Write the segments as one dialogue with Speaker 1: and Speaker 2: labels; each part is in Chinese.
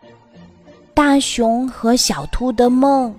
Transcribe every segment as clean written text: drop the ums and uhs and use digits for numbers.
Speaker 1: 大熊和小兔的梦。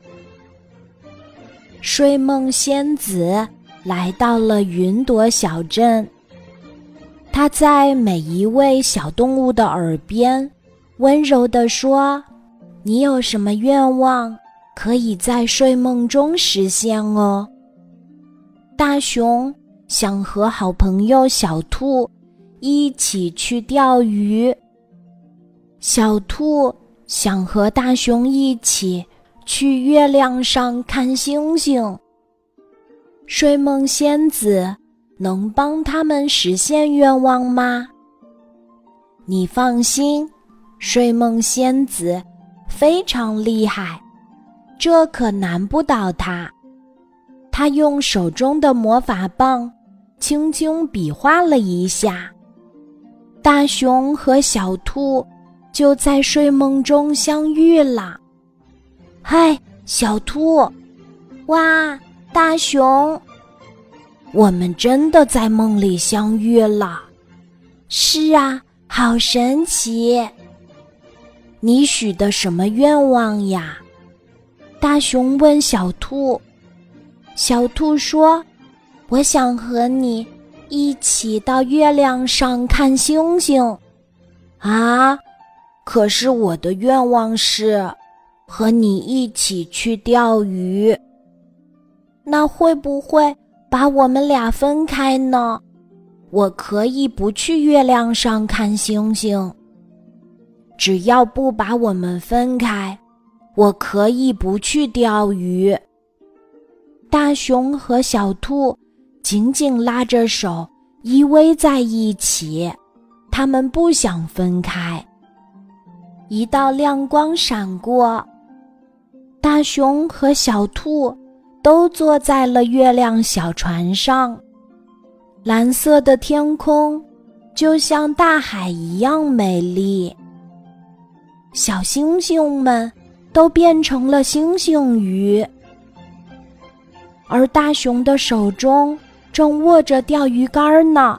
Speaker 1: 睡梦仙子来到了云朵小镇，她在每一位小动物的耳边温柔地说：你有什么愿望，可以在睡梦中实现哦。大熊想和好朋友小兔一起去钓鱼，小兔想和大熊一起去月亮上看星星。睡梦仙子能帮他们实现愿望吗？你放心，睡梦仙子非常厉害，这可难不倒她。她用手中的魔法棒轻轻比划了一下，大熊和小兔就在睡梦中相遇了。嗨，小兔！哇，大熊！我们真的在梦里相遇了。是啊，好神奇。你许的什么愿望呀？大熊问小兔。小兔说：我想和你一起到月亮上看星星。啊，可是我的愿望是和你一起去钓鱼。那会不会把我们俩分开呢？我可以不去月亮上看星星，只要不把我们分开，我可以不去钓鱼。大熊和小兔紧紧拉着手依偎在一起，他们不想分开。一道亮光闪过，大熊和小兔都坐在了月亮小船上，蓝色的天空就像大海一样美丽。小星星们都变成了星星鱼，而大熊的手中正握着钓鱼竿呢。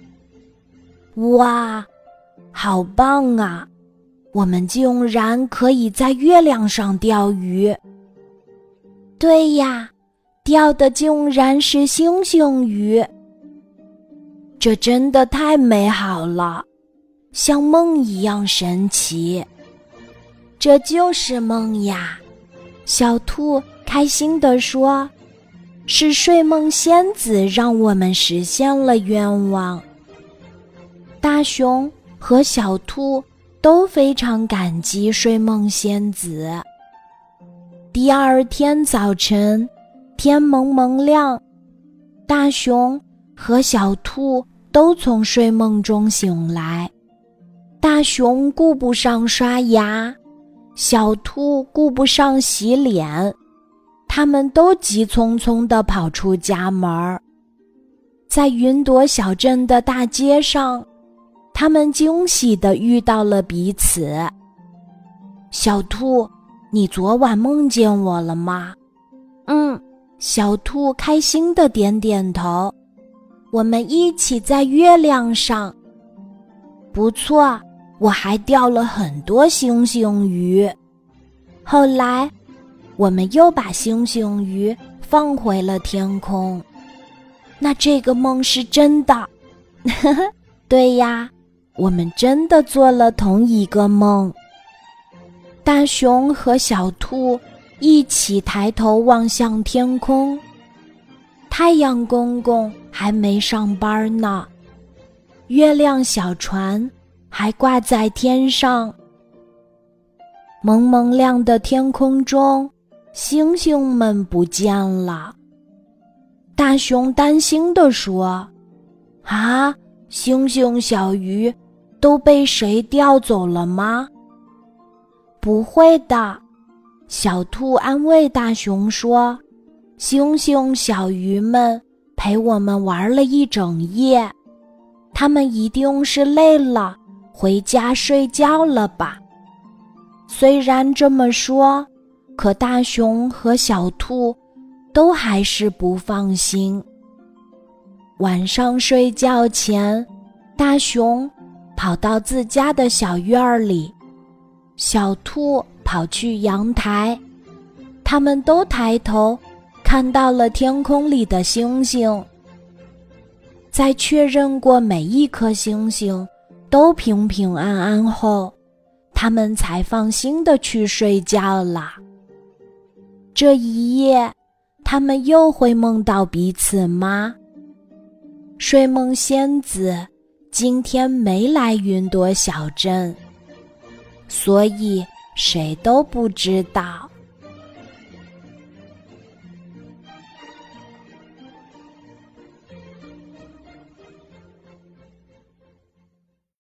Speaker 1: 哇，好棒啊！我们竟然可以在月亮上钓鱼。对呀，钓的竟然是星星鱼。这真的太美好了，像梦一样神奇。这就是梦呀，小兔开心地说，是睡梦仙子让我们实现了愿望。大熊和小兔都非常感激睡梦仙子。第二天早晨，天蒙蒙亮，大熊和小兔都从睡梦中醒来。大熊顾不上刷牙，小兔顾不上洗脸，他们都急匆匆地跑出家门。在云朵小镇的大街上，他们惊喜地遇到了彼此。小兔，你昨晚梦见我了吗？小兔开心地点点头。我们一起在月亮上。不错，我还钓了很多星星鱼。后来，我们又把星星鱼放回了天空。那这个梦是真的。对呀，我们真的做了同一个梦。大熊和小兔一起抬头望向天空，太阳公公还没上班呢，月亮小船还挂在天上。蒙蒙亮的天空中，星星们不见了。大熊担心地说：啊，星星小鱼都被谁钓走了吗？不会的，小兔安慰大熊说，星星小鱼们陪我们玩了一整夜，他们一定是累了，回家睡觉了吧。虽然这么说，可大熊和小兔都还是不放心。晚上睡觉前，大熊跑到自家的小院里， 小兔跑去阳台，他们都抬头看到了天空里的星星。在确认过每一颗星星都平平安安后，他们才放心地去睡觉了。这一夜，他们又会梦到彼此吗？睡梦仙子今天没来云朵小镇，所以谁都不知道。